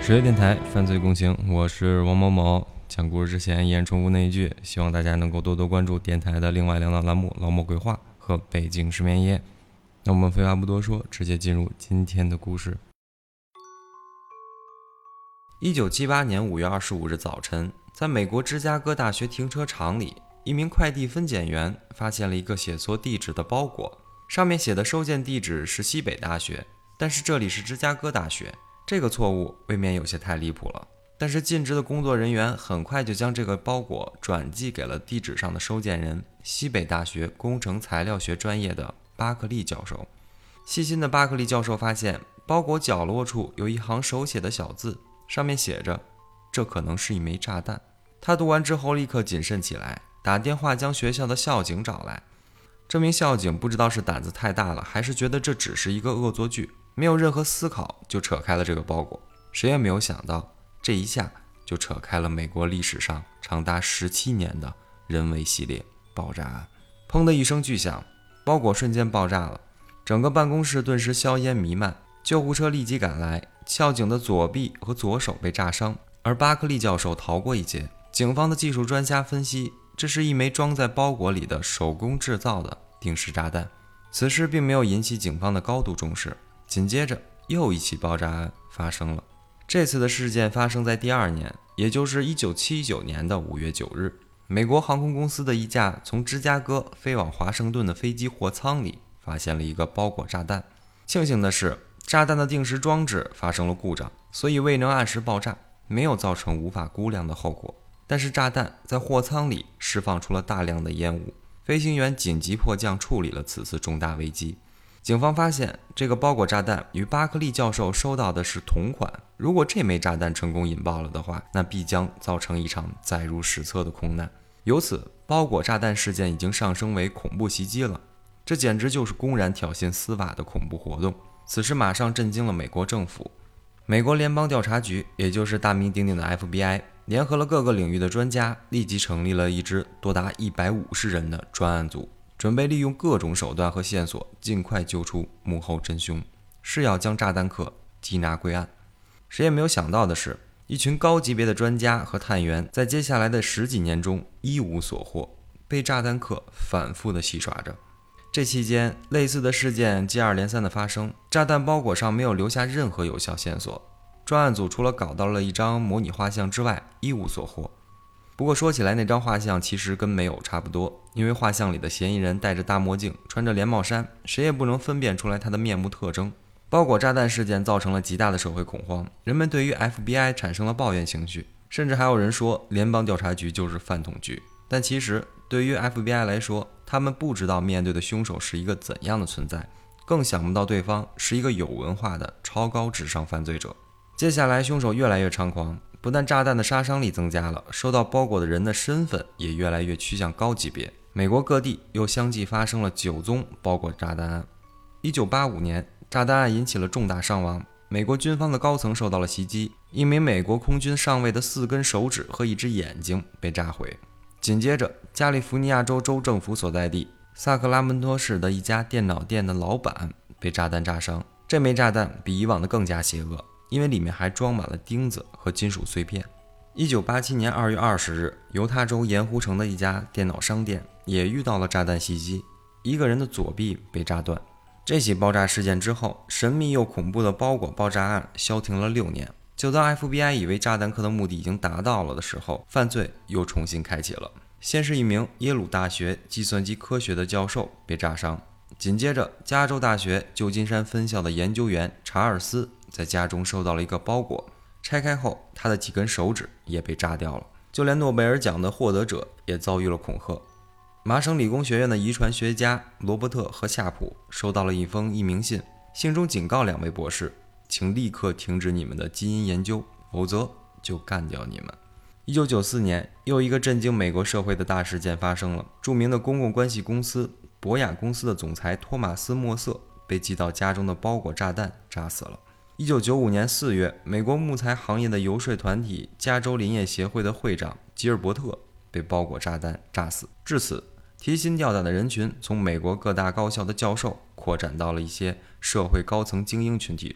十月电台犯罪共情，我是王某某。讲故事之前依然重复那一句，希望大家能够多多关注电台的另外两档栏目老莫鬼话和北京失眠夜。那我们废话不多说，直接进入今天的故事。1978年5月25日早晨，在美国芝加哥大学停车场里，一名快递分拣员发现了一个写错地址的包裹，上面写的收件地址是西北大学，但是这里是芝加哥大学。这个错误未免有些太离谱了，但是尽职的工作人员很快就将这个包裹转寄给了地址上的收件人，西北大学工程材料学专业的巴克利教授。细心的巴克利教授发现，包裹角落处有一行手写的小字，上面写着：这可能是一枚炸弹。他读完之后立刻谨慎起来，打电话将学校的校警找来。这名校警不知道是胆子太大了，还是觉得这只是一个恶作剧，没有任何思考就扯开了这个包裹。谁也没有想到，这一下就扯开了美国历史上长达17年的人为系列爆炸案。砰的一声巨响，包裹瞬间爆炸了，整个办公室顿时硝烟弥漫。救护车立即赶来，校警的左臂和左手被炸伤，而巴克利教授逃过一劫。警方的技术专家分析，这是一枚装在包裹里的手工制造的定时炸弹。此事并没有引起警方的高度重视。紧接着又一起爆炸案发生了，这次的事件发生在第二年，也就是1979年的5月9日。美国航空公司的一架从芝加哥飞往华盛顿的飞机货舱里发现了一个包裹炸弹。庆幸的是，炸弹的定时装置发生了故障，所以未能按时爆炸，没有造成无法估量的后果。但是炸弹在货舱里释放出了大量的烟雾，飞行员紧急迫降处理了此次重大危机。警方发现，这个包裹炸弹与巴克利教授收到的是同款。如果这枚炸弹成功引爆了的话，那必将造成一场载入史册的空难。由此，包裹炸弹事件已经上升为恐怖袭击了。这简直就是公然挑衅司法的恐怖活动。此事马上震惊了美国政府。美国联邦调查局，也就是大名鼎鼎的 FBI， 联合了各个领域的专家，立即成立了一支多达150人的专案组，准备利用各种手段和线索，尽快揪出幕后真凶，是要将炸弹客缉拿归案。谁也没有想到的是，一群高级别的专家和探员在接下来的10几年中一无所获，被炸弹客反复的戏耍着。这期间，类似的事件接二连三的发生，炸弹包裹上没有留下任何有效线索。专案组除了搞到了一张模拟画像之外，一无所获。不过说起来，那张画像其实跟没有差不多，因为画像里的嫌疑人戴着大墨镜，穿着连帽衫，谁也不能分辨出来他的面目特征。包裹炸弹事件造成了极大的社会恐慌，人们对于 FBI 产生了抱怨情绪，甚至还有人说联邦调查局就是饭桶局。但其实对于 FBI 来说，他们不知道面对的凶手是一个怎样的存在，更想不到对方是一个有文化的超高智商犯罪者。接下来凶手越来越猖狂，不但炸弹的杀伤力增加了，收到包裹的人的身份也越来越趋向高级别。美国各地又相继发生了9宗包裹炸弹案。1985年，炸弹案引起了重大伤亡，美国军方的高层受到了袭击，一名美国空军上尉的4根手指和1只眼睛被炸毁。紧接着，加利福尼亚州州政府所在地萨克拉门托市的一家电脑店的老板被炸弹炸伤。这枚炸弹比以往的更加邪恶，因为里面还装满了钉子和金属碎片。1987年2月20日，犹他州盐湖城的一家电脑商店也遇到了炸弹袭击，一个人的左臂被炸断。这起爆炸事件之后，神秘又恐怖的包裹爆炸案消停了6年。就当 FBI 以为炸弹客的目的已经达到了的时候，犯罪又重新开启了。先是一名耶鲁大学计算机科学的教授被炸伤，紧接着加州大学旧金山分校的研究员查尔斯在家中收到了一个包裹，拆开后他的几根手指也被炸掉了。就连诺贝尔奖的获得者也遭遇了恐吓。麻省理工学院的遗传学家罗伯特和夏普收到了一封匿名信，信中警告2位博士，请立刻停止你们的基因研究，否则就干掉你们。1994年，又一个震惊美国社会的大事件发生了。著名的公共关系公司博雅公司的总裁托马斯·莫瑟被寄到家中的包裹炸弹炸死了。1995年4月，美国木材行业的游说团体加州林业协会的会长吉尔伯特被包裹炸弹炸死。至此，提心吊胆的人群从美国各大高校的教授扩展到了一些社会高层精英群体中，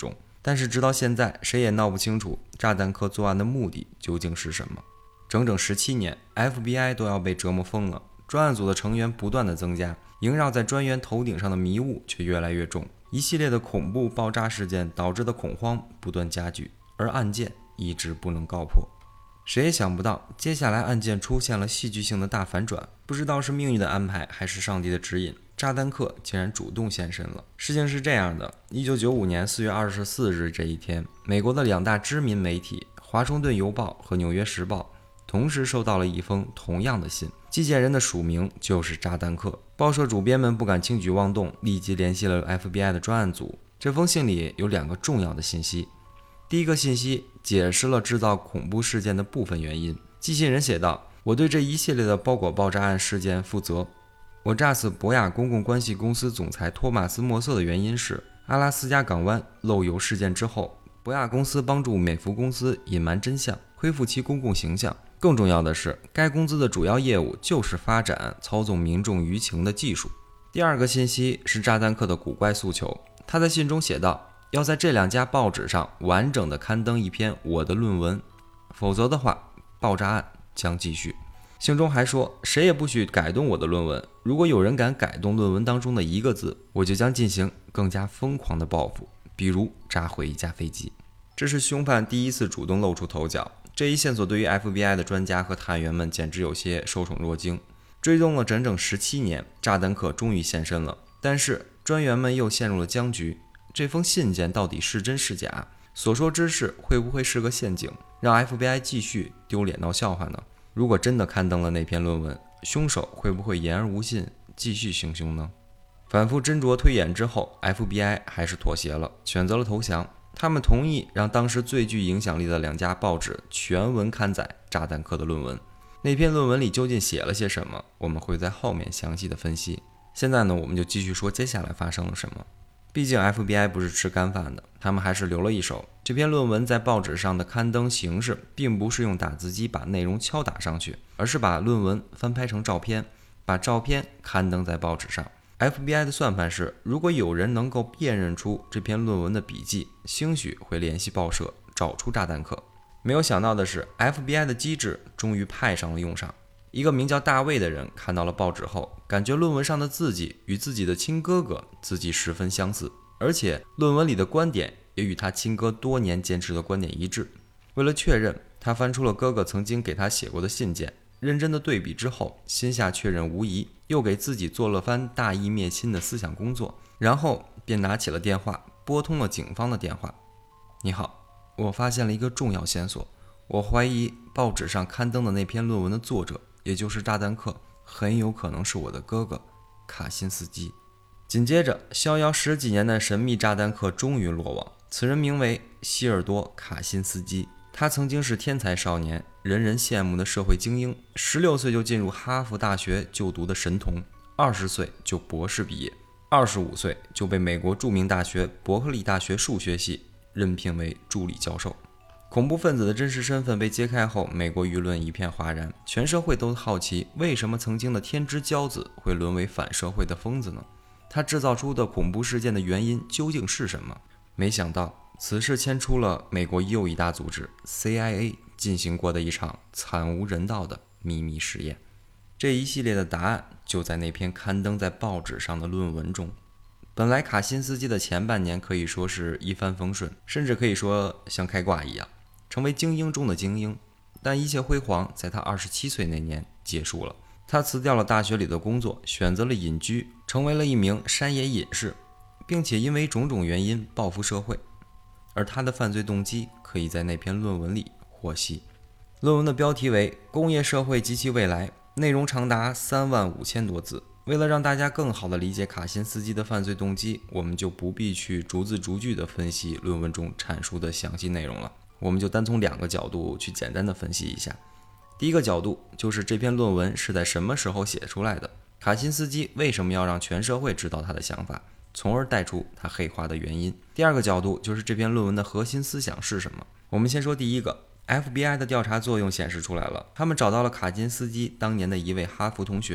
但是直到现在，谁也闹不清楚炸弹客作案的目的究竟是什么。整整17年 ，FBI 都要被折磨疯了。专案组的成员不断的增加，萦绕在专员头顶上的迷雾却越来越重。一系列的恐怖爆炸事件导致的恐慌不断加剧，而案件一直不能告破。谁也想不到，接下来案件出现了戏剧性的大反转，不知道是命运的安排还是上帝的指引，炸弹客竟然主动现身了。事情是这样的，1995年4月24日这一天，美国的2大知名媒体《华盛顿邮报》和《纽约时报》同时收到了一封同样的信，寄件人的署名就是炸弹客。报社主编们不敢轻举妄动，立即联系了 FBI 的专案组。这封信里有2个重要的信息。第一个信息解释了制造恐怖事件的部分原因。寄信人写道：我对这一系列的包裹爆炸案事件负责。我炸死博雅公共关系公司总裁托马斯·莫瑟的原因是，阿拉斯加港湾漏油事件之后，博雅公司帮助美孚公司隐瞒真相，恢复其公共形象。更重要的是，该公司的主要业务就是发展操纵民众舆情的技术。第二个信息是炸弹客的古怪诉求。他在信中写道，要在这2家报纸上完整的刊登一篇我的论文，否则的话，爆炸案将继续。信中还说，谁也不许改动我的论文，如果有人敢改动论文当中的一个字，我就将进行更加疯狂的报复，比如炸毁一架飞机。这是凶犯第一次主动露出头角，这一线索对于 FBI 的专家和探员们简直有些受宠若惊。追踪了整整17年，炸弹客终于现身了，但是专员们又陷入了僵局。这封信件到底是真是假？所说之事会不会是个陷阱，让 FBI 继续丢脸闹笑话呢？如果真的刊登了那篇论文，凶手会不会言而无信，继续行凶呢？反复斟酌推演之后， FBI 还是妥协了，选择了投降。他们同意让当时最具影响力的2家报纸全文刊载炸弹客的论文。那篇论文里究竟写了些什么，我们会在后面详细的分析。现在呢，我们就继续说接下来发生了什么。毕竟 FBI 不是吃干饭的，他们还是留了一手。这篇论文在报纸上的刊登形式并不是用打字机把内容敲打上去，而是把论文翻拍成照片，把照片刊登在报纸上。FBI 的算盘是，如果有人能够辨认出这篇论文的笔迹，兴许会联系报社找出炸弹客。没有想到的是， FBI 的机智终于派上了用场。一个名叫大卫的人看到了报纸后，感觉论文上的字迹与自己的亲哥哥字迹十分相似，而且论文里的观点也与他亲哥多年坚持的观点一致。为了确认，他翻出了哥哥曾经给他写过的信件，认真的对比之后，心下确认无疑，又给自己做了番大义灭亲的思想工作，然后便拿起了电话，拨通了警方的电话。你好，我发现了一个重要线索，我怀疑报纸上刊登的那篇论文的作者，也就是炸弹客，很有可能是我的哥哥卡辛斯基。紧接着，逍遥10几年的神秘炸弹客终于落网，此人名为希尔多·卡辛斯基。他曾经是天才少年，人人羡慕的社会精英，16岁就进入哈佛大学就读的神童，20岁就博士毕业，25岁就被美国著名大学伯克利大学数学系任聘为助理教授。恐怖分子的真实身份被揭开后，美国舆论一片哗然，全社会都好奇，为什么曾经的天之骄子会沦为反社会的疯子呢？他制造出的恐怖事件的原因究竟是什么？没想到，此事牵出了美国又一大组织 CIA 进行过的一场惨无人道的秘密实验。这一系列的答案就在那篇刊登在报纸上的论文中。本来卡辛斯基的前半年可以说是一帆风顺，甚至可以说像开挂一样，成为精英中的精英。但一切辉煌在他27岁那年结束了。他辞掉了大学里的工作，选择了隐居，成为了一名山野隐士，并且因为种种原因报复社会。而他的犯罪动机可以在那篇论文里获悉。论文的标题为《工业社会及其未来》，内容长达35000多字。为了让大家更好地理解卡辛斯基的犯罪动机，我们就不必去逐字逐句地分析论文中阐述的详细内容了，我们就单从2个角度去简单地分析一下。第一个角度就是这篇论文是在什么时候写出来的，卡辛斯基为什么要让全社会知道他的想法，从而带出他黑化的原因。第二个角度就是这篇论文的核心思想是什么。我们先说第一个， FBI 的调查作用显示出来了，他们找到了卡辛斯基当年的一位哈佛同学，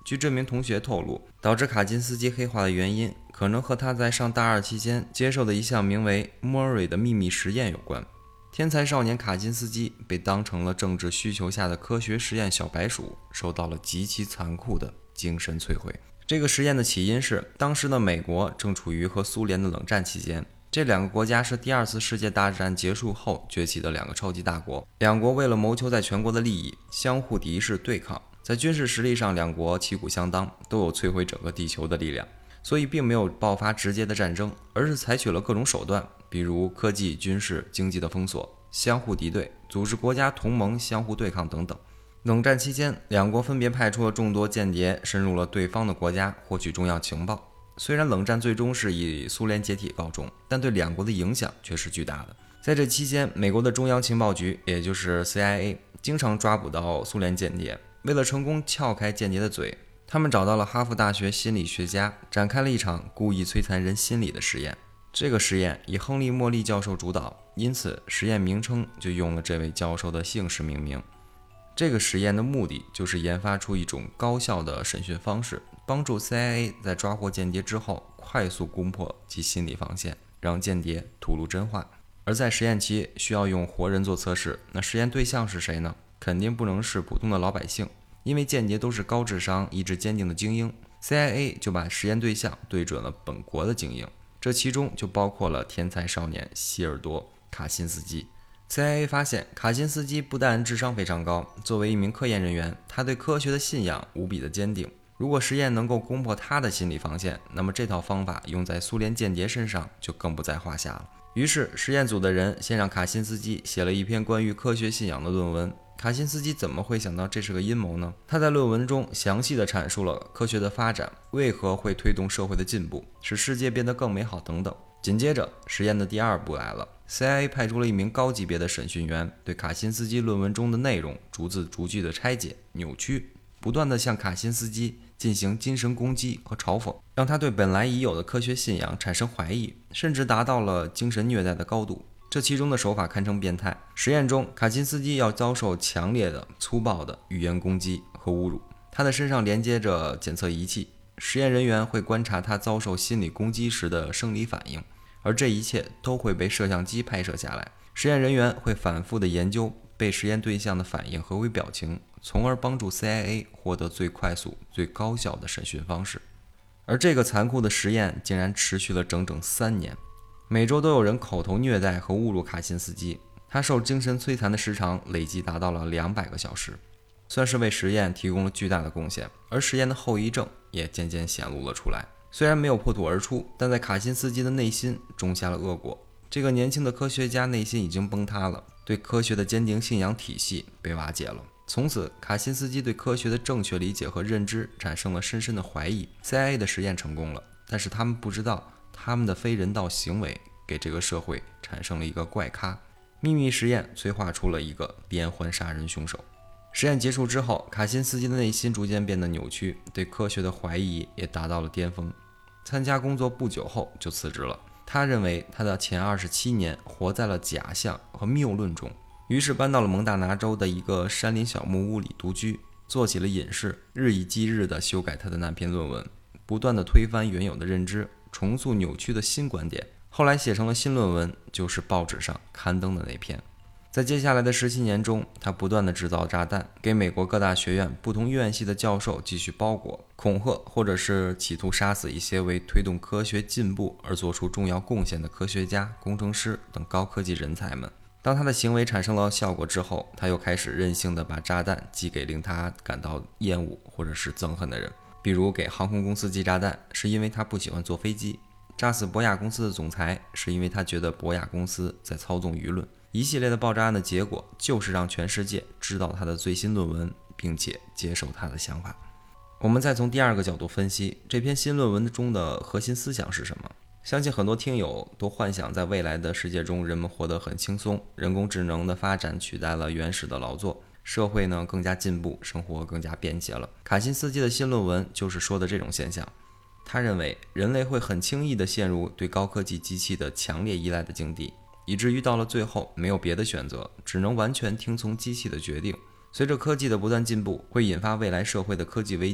据这名同学透露，导致卡金斯基黑化的原因可能和他在上大二期间接受的一项名为莫瑞的秘密实验有关。天才少年卡金斯基被当成了政治需求下的科学实验小白鼠，受到了极其残酷的精神摧毁。这个实验的起因是，当时的美国正处于和苏联的冷战期间，这两个国家是第二次世界大战结束后崛起的两个超级大国，两国为了谋求在全国的利益，相互敌视对抗，在军事实力上两国旗鼓相当，都有摧毁整个地球的力量，所以并没有爆发直接的战争，而是采取了各种手段，比如科技、军事、经济的封锁，相互敌对，组织国家同盟相互对抗等等。冷战期间，两国分别派出了众多间谍，深入了对方的国家，获取重要情报。虽然冷战最终是以苏联解体告终，但对两国的影响却是巨大的。在这期间，美国的中央情报局，也就是 CIA， 经常抓捕到苏联间谍。为了成功撬开间谍的嘴，他们找到了哈佛大学心理学家，展开了一场故意摧残人心理的实验。这个实验以亨利·莫利教授主导，因此实验名称就用了这位教授的姓氏命名。这个实验的目的就是研发出一种高效的审讯方式，帮助 CIA 在抓获间谍之后快速攻破其心理防线，让间谍吐露真话。而在实验期需要用活人做测试，那实验对象是谁呢？肯定不能是普通的老百姓，因为间谍都是高智商、意志坚定的精英。CIA 就把实验对象对准了本国的精英，这其中就包括了天才少年希尔多·卡辛斯基。CIA 发现卡辛斯基不但智商非常高，作为一名科研人员，他对科学的信仰无比的坚定。如果实验能够攻破他的心理防线，那么这套方法用在苏联间谍身上就更不在话下了。于是实验组的人先让卡辛斯基写了一篇关于科学信仰的论文。卡辛斯基怎么会想到这是个阴谋呢？他在论文中详细地阐述了科学的发展为何会推动社会的进步，使世界变得更美好等等。紧接着实验的第二步来了， CIA 派出了一名高级别的审讯员，对卡辛斯基论文中的内容逐字逐句的拆解、扭曲，不断地向卡辛斯基进行精神攻击和嘲讽，让他对本来已有的科学信仰产生怀疑，甚至达到了精神虐待的高度。这其中的手法堪称变态。实验中，卡辛斯基要遭受强烈的、粗暴的语言攻击和侮辱，他的身上连接着检测仪器，实验人员会观察他遭受心理攻击时的生理反应，而这一切都会被摄像机拍摄下来。实验人员会反复地研究被实验对象的反应和微表情，从而帮助 CIA 获得最快速、最高效的审讯方式。而这个残酷的实验竟然持续了整整3年，每周都有人口头虐待和侮辱卡辛斯基，他受精神摧残的时长累计达到了200个小时，算是为实验提供了巨大的贡献。而实验的后遗症也渐渐显露了出来，虽然没有破土而出，但在卡辛斯基的内心种下了恶果。这个年轻的科学家内心已经崩塌了，对科学的坚定信仰体系被瓦解了。从此，卡辛斯基对科学的正确理解和认知产生了深深的怀疑。CIA 的实验成功了，但是他们不知道，他们的非人道行为给这个社会产生了一个怪咖。秘密实验催化出了一个连环杀人凶手。实验结束之后，卡辛斯基的内心逐渐变得扭曲，对科学的怀疑也达到了巅峰。参加工作不久后就辞职了。他认为他的前27年活在了假象和谬论中，于是搬到了蒙大拿州的一个山林小木屋里独居，做起了隐士，日以继日地修改他的那篇论文，不断地推翻原有的认知，重塑扭曲的新观点。后来写成了新论文，就是报纸上刊登的那篇。在接下来的17年中，他不断地制造炸弹，给美国各大学院不同院系的教授继续包裹、恐吓，或者是企图杀死一些为推动科学进步而做出重要贡献的科学家、工程师等高科技人才们。当他的行为产生了效果之后，他又开始任性地把炸弹寄给令他感到厌恶或者是憎恨的人，比如给航空公司寄炸弹，是因为他不喜欢坐飞机；炸死博雅公司的总裁，是因为他觉得博雅公司在操纵舆论。一系列的爆炸案的结果就是让全世界知道他的最新论文，并且接受他的想法。我们再从第二个角度分析这篇新论文中的核心思想是什么。相信很多听友都幻想在未来的世界中，人们活得很轻松，人工智能的发展取代了原始的劳作，社会呢更加进步，生活更加便捷了。卡辛斯基的新论文就是说的这种现象。他认为人类会很轻易地陷入对高科技机器的强烈依赖的境地，以至于到了最后没有别的选择，只能完全听从机器的决定。随着科技的不断进步，会引发未来社会的科技危机，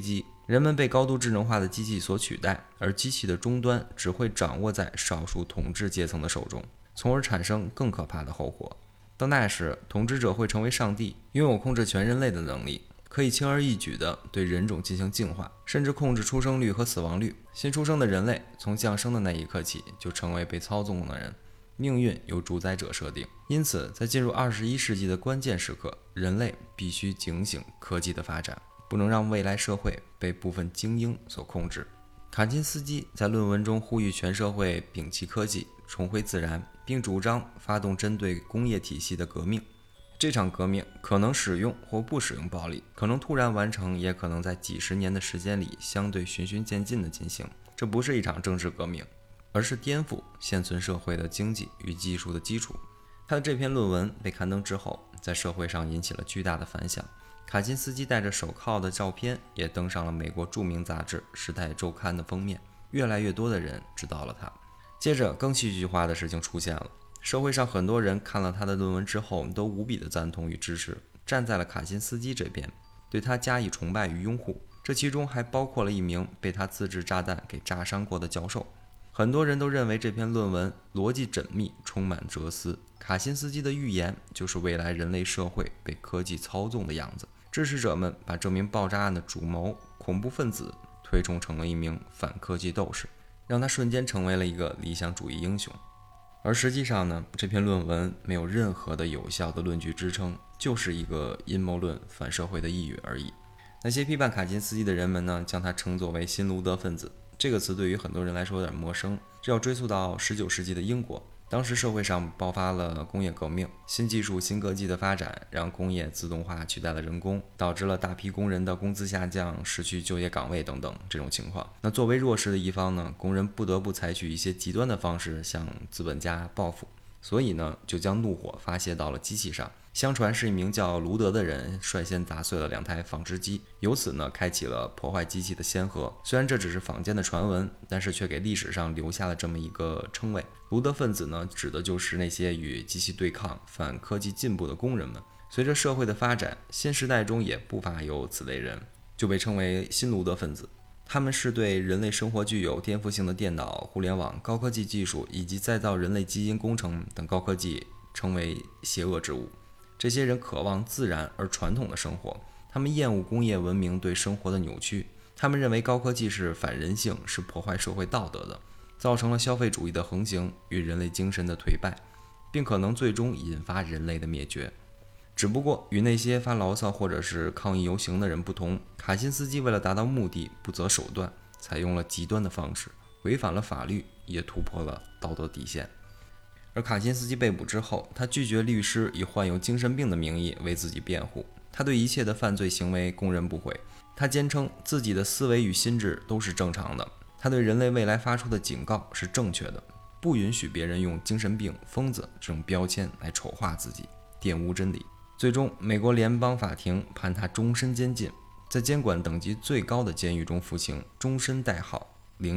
人们被高度智能化的机器所取代，而机器的终端只会掌握在少数统治阶层的手中，从而产生更可怕的后果。到那时，统治者会成为上帝，拥有控制全人类的能力，可以轻而易举地对人种进行净化，甚至控制出生率和死亡率。新出生的人类从降生的那一刻起就成为被操纵的人，命运由主宰者设定。因此，在进入21世纪的关键时刻，人类必须警醒科技的发展，不能让未来社会被部分精英所控制。卡钦斯基在论文中呼吁全社会摒弃科技，重回自然，并主张发动针对工业体系的革命。这场革命可能使用或不使用暴力，可能突然完成，也可能在几十年的时间里相对循序渐进地进行。这不是一场政治革命，而是颠覆现存社会的经济与技术的基础。他的这篇论文被刊登之后，在社会上引起了巨大的反响。卡钦斯基戴着手铐的照片也登上了美国著名杂志《时代周刊》的封面，越来越多的人知道了他。接着，更戏剧化的事情出现了。社会上很多人看了他的论文之后，都无比的赞同与支持，站在了卡钦斯基这边，对他加以崇拜与拥护。这其中还包括了一名被他自制炸弹给炸伤过的教授。很多人都认为这篇论文逻辑缜密，充满哲思。卡钦斯基的预言就是未来人类社会被科技操纵的样子。支持者们把这名爆炸案的主谋恐怖分子推崇成了一名反科技斗士，让他瞬间成为了一个理想主义英雄。而实际上呢，这篇论文没有任何的有效的论据支撑，就是一个阴谋论反社会的呓语而已。那些批判卡钦斯基的人们呢，将他称作为新卢德分子。这个词对于很多人来说有点陌生，这要追溯到19世纪的英国。当时社会上爆发了工业革命，新技术、新科技的发展让工业自动化取代了人工，导致了大批工人的工资下降、失去就业岗位等等这种情况。那作为弱势的一方呢，工人不得不采取一些极端的方式向资本家报复，所以呢，就将怒火发泄到了机器上。相传是一名叫卢德的人率先砸碎了2台纺织机，由此呢开启了破坏机器的先河。虽然这只是坊间的传闻，但是却给历史上留下了这么一个称谓。卢德分子呢，指的就是那些与机器对抗、反科技进步的工人们。随着社会的发展，新时代中也不乏有此类人，就被称为新卢德分子。他们是对人类生活具有颠覆性的电脑、互联网、高科技技术以及再造人类基因工程等高科技称为邪恶之物。这些人渴望自然而传统的生活，他们厌恶工业文明对生活的扭曲，他们认为高科技是反人性，是破坏社会道德的，造成了消费主义的横行与人类精神的颓败，并可能最终引发人类的灭绝。只不过与那些发牢骚或者是抗议游行的人不同，卡钦斯基为了达到目的不择手段，采用了极端的方式，违反了法律，也突破了道德底线。而卡钦斯基被捕之后，他拒绝律师以患有精神病的名义为自己辩护，他对一切的犯罪行为供认不讳。他坚称自己的思维与心智都是正常的，他对人类未来发出的警告是正确的，不允许别人用精神病、疯子这种标签来丑化自己，玷污真理。最终，美国联邦法庭判他终身监禁，在监管等级最高的监狱中服刑，终身代号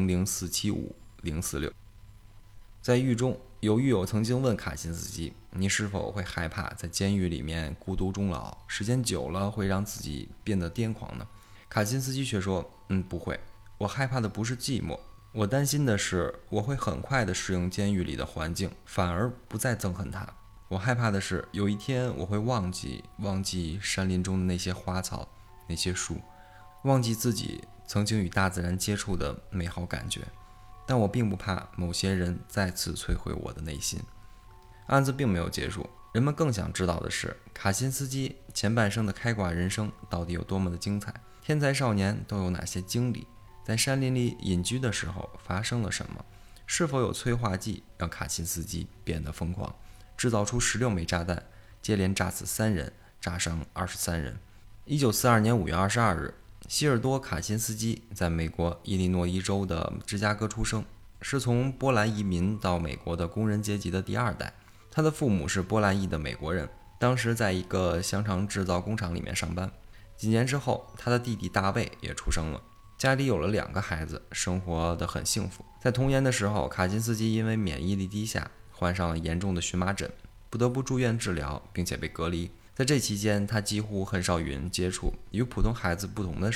00475-046。在狱中，有狱友曾经问卡钦斯基：“你是否会害怕在监狱里面孤独终老？时间久了会让自己变得癫狂呢？”卡钦斯基却说：“不会，我害怕的不是寂寞，我担心的是我会很快地适应监狱里的环境，反而不再憎恨它。我害怕的是有一天我会忘记山林中的那些花草、那些树，忘记自己曾经与大自然接触的美好感觉。但我并不怕某些人再次摧毁我的内心。”案子并没有结束，人们更想知道的是，卡钦斯基前半生的开挂人生到底有多么的精彩？天才少年都有哪些经历？在山林里隐居的时候发生了什么？是否有催化剂让卡钦斯基变得疯狂，制造出16枚炸弹，接连炸死3人，炸伤23人？1942年5月22日，希尔多·卡钦斯基在美国伊利诺伊州的芝加哥出生，是从波兰移民到美国的工人阶级的第2代。他的父母是波兰裔的美国人，当时在一个香肠制造工厂里面上班。几年之后，他的弟弟大卫也出生了，家里有了2个孩子，生活得很幸福。在童年的时候，卡钦斯基因为免疫力低下，患上了严重的荨麻疹，不得不住院治疗，并且被隔离。在这期间，他几乎很少与人接触。与普通孩子不同的是，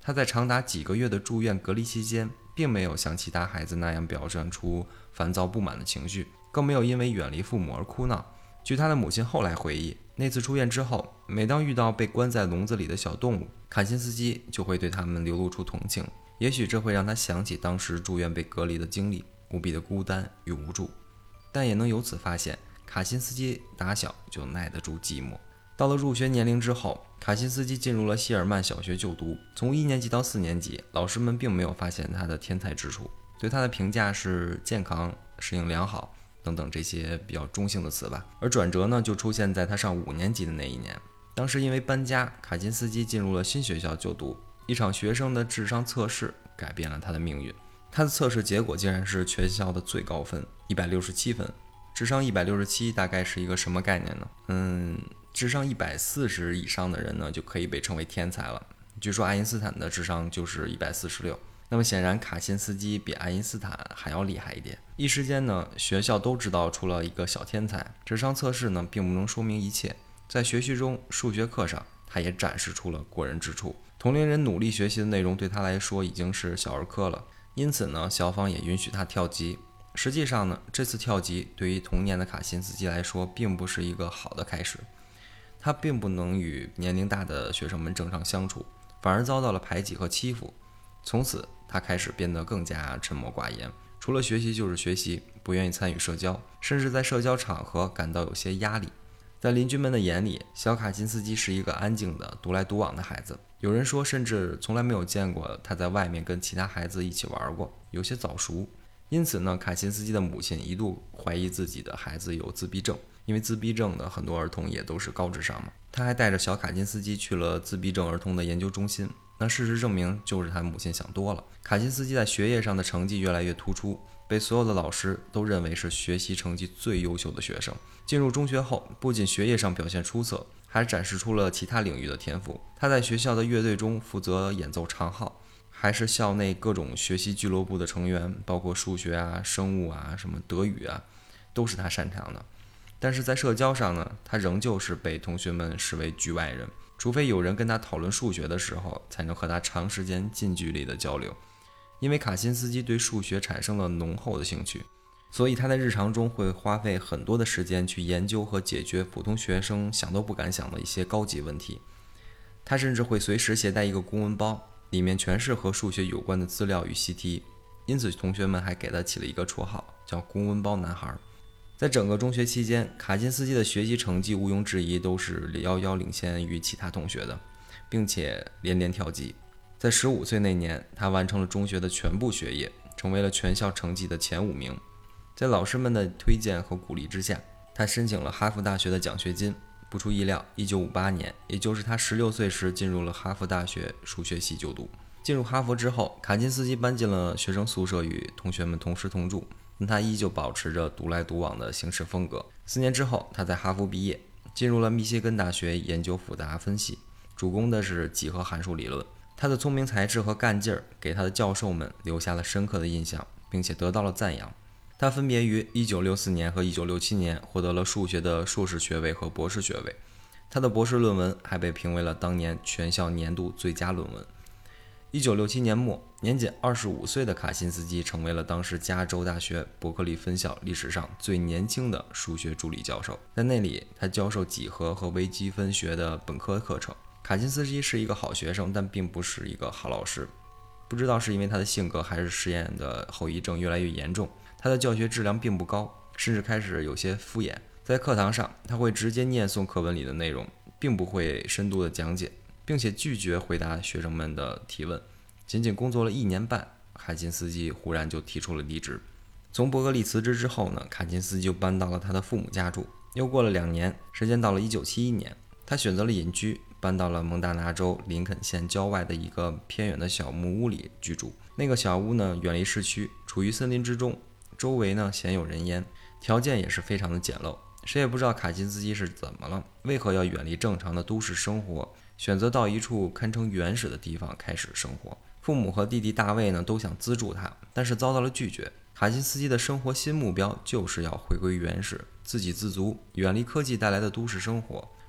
他在长达几个月的住院隔离期间，并没有像其他孩子那样表现出烦躁不满的情绪，更没有因为远离父母而哭闹。据他的母亲后来回忆，那次出院之后，每当遇到被关在笼子里的小动物，卡辛斯基就会对他们流露出同情。也许这会让他想起当时住院被隔离的经历，无比的孤单与无助，但也能由此发现，卡辛斯基打小就耐得住寂寞。到了入学年龄之后，卡辛斯基进入了希尔曼小学就读。从1年级到4年级，老师们并没有发现他的天才之处，对他的评价是健康、适应良好等等这些比较中性的词吧。而转折呢，就出现在他上5年级的那一年。当时因为搬家，卡辛斯基进入了新学校就读。一场学生的智商测试改变了他的命运。他的测试结果竟然是全校的最高分，167分。智商167大概是一个什么概念呢？智商140以上的人呢，就可以被称为天才了。据说爱因斯坦的智商就是146。那么显然卡辛斯基比爱因斯坦还要厉害一点。一时间呢，学校都知道出了一个小天才。智商测试呢，并不能说明一切。在学习中，数学课上，他也展示出了过人之处。同龄人努力学习的内容对他来说已经是小儿科了，因此呢，校方也允许他跳级。实际上呢，这次跳级对于童年的卡辛斯基来说，并不是一个好的开始。他并不能与年龄大的学生们正常相处，反而遭到了排挤和欺负。从此，他开始变得更加沉默寡言，除了学习就是学习，不愿意参与社交，甚至在社交场合感到有些压力。在邻居们的眼里，小卡辛斯基是一个安静的、独来独往的孩子。有人说，甚至从来没有见过他在外面跟其他孩子一起玩过，有些早熟。因此呢，卡辛斯基的母亲一度怀疑自己的孩子有自闭症，因为自闭症的很多儿童也都是高智商嘛。他还带着小卡辛斯基去了自闭症儿童的研究中心。那事实证明，就是他母亲想多了。卡辛斯基在学业上的成绩越来越突出，被所有的老师都认为是学习成绩最优秀的学生。进入中学后，不仅学业上表现出色，还展示出了其他领域的天赋。他在学校的乐队中负责演奏长号，还是校内各种学习俱乐部的成员，包括数学啊、生物啊、什么德语啊，都是他擅长的。但是在社交上呢，他仍旧是被同学们视为局外人，除非有人跟他讨论数学的时候，才能和他长时间近距离的交流。因为卡辛斯基对数学产生了浓厚的兴趣，所以他在日常中会花费很多的时间去研究和解决普通学生想都不敢想的一些高级问题。他甚至会随时携带一个公文包，里面全是和数学有关的资料与习题，因此同学们还给他起了一个绰号，叫公文包男孩。在整个中学期间，卡辛斯基的学习成绩毋庸置疑都是遥遥领先于其他同学的，并且连连跳级。在15岁那年，他完成了中学的全部学业，成为了全校成绩的前5名。在老师们的推荐和鼓励之下，他申请了哈佛大学的奖学金。不出意料，1958年，也就是他16岁时，进入了哈佛大学数学系就读。进入哈佛之后，卡辛斯基搬进了学生宿舍，与同学们同吃同住，但他依旧保持着独来独往的行事风格。4年之后，他在哈佛毕业，进入了密歇根大学研究复杂分析，主攻的是几何函数理论。他的聪明才智和干劲儿给他的教授们留下了深刻的印象，并且得到了赞扬。他分别于1964年和1967年获得了数学的硕士学位和博士学位。他的博士论文还被评为了当年全校年度最佳论文。1967年末，年仅25岁的卡辛斯基成为了当时加州大学伯克利分校历史上最年轻的数学助理教授。在那里，他教授几何和微积分学的本科课程。卡辛斯基是一个好学生，但并不是一个好老师。不知道是因为他的性格，还是实验的后遗症越来越严重，他的教学质量并不高，甚至开始有些敷衍。在课堂上，他会直接念诵课文里的内容，并不会深度的讲解，并且拒绝回答学生们的提问。仅仅工作了1年半，卡辛斯基忽然就提出了离职。从伯克利辞职之后呢，卡辛斯基就搬到了他的父母家住。又过了2年，时间到了1971年，他选择了隐居，搬到了蒙大拿州林肯县郊外的一个偏远的小木屋里居住。那个小屋呢，远离市区，处于森林之中，周围呢鲜有人烟，条件也是非常的简陋。谁也不知道卡辛斯基是怎么了，为何要远离正常的都市生活，选择到一处堪称原始的地方开始生活。父母和弟弟大卫呢都想资助他，但是遭到了拒绝。卡辛斯基的生活新目标就是要回归原始，自给自足，远离科技带来的都市生活。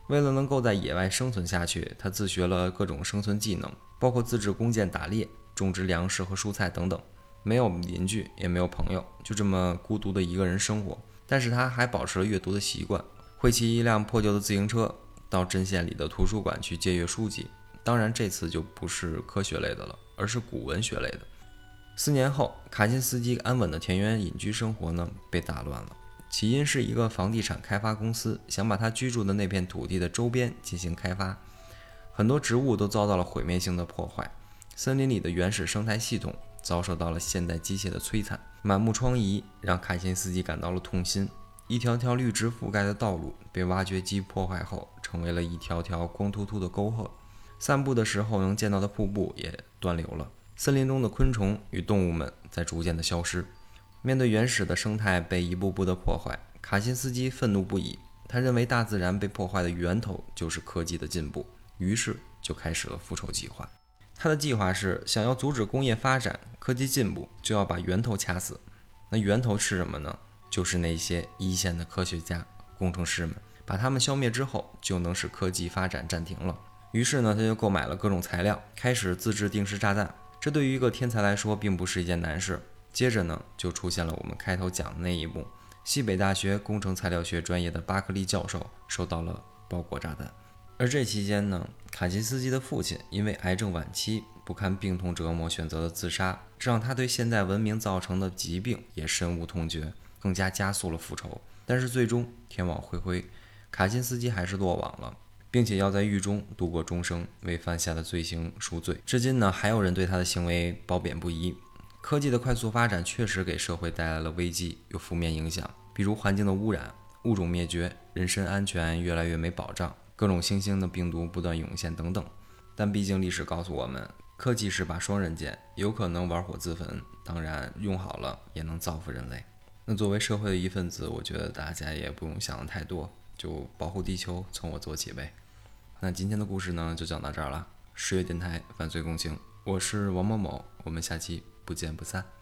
为了能够在野外生存下去，他自学了各种生存技能，包括自制弓箭、打猎、种植粮食和蔬菜等等。没有邻居，也没有朋友，就这么孤独的一个人生活。但是他还保持了阅读的习惯，会骑一辆破旧的自行车到镇县里的图书馆去借阅书籍。当然这次就不是科学类的了，而是古文学类的。4年后，卡辛斯基安稳的田园隐居生活呢被打乱了。起因是一个房地产开发公司想把他居住的那片土地的周边进行开发，很多植物都遭到了毁灭性的破坏，森林里的原始生态系统遭受到了现代机械的摧残，满目疮痍，让卡辛斯基感到了痛心。一条条绿植覆盖的道路被挖掘机破坏后，成为了一条条光秃秃的沟壑。散步的时候能见到的瀑布也断流了，森林中的昆虫与动物们在逐渐的消失。面对原始的生态被一步步的破坏，卡辛斯基愤怒不已。他认为大自然被破坏的源头就是科技的进步，于是就开始了复仇计划。他的计划是想要阻止工业发展、科技进步，就要把源头掐死。那源头是什么呢？就是那些一线的科学家、工程师们，把他们消灭之后，就能使科技发展暂停了。于是呢，他就购买了各种材料，开始自制定时炸弹。这对于一个天才来说，并不是一件难事。接着呢，就出现了我们开头讲的那一幕，西北大学工程材料学专业的巴克利教授收到了包裹炸弹。而这期间呢，卡辛斯基的父亲因为癌症晚期，不堪病痛折磨，选择了自杀，这让他对现代文明造成的疾病也深恶痛绝，更加加速了复仇。但是最终天网恢恢，卡辛斯基还是落网了，并且要在狱中度过终生，为犯下的罪行赎罪。至今呢，还有人对他的行为褒贬不一。科技的快速发展确实给社会带来了危机与负面影响，比如环境的污染、物种灭绝、人身安全越来越没保障，各种新兴的病毒不断涌现等等。但毕竟历史告诉我们，科技是把双刃剑，有可能玩火自焚，当然用好了也能造福人类。那作为社会的一份子，我觉得大家也不用想得太多，就保护地球从我做起呗。那今天的故事呢就讲到这儿了。十月电台犯罪共情，我是王某某，我们下期不见不散。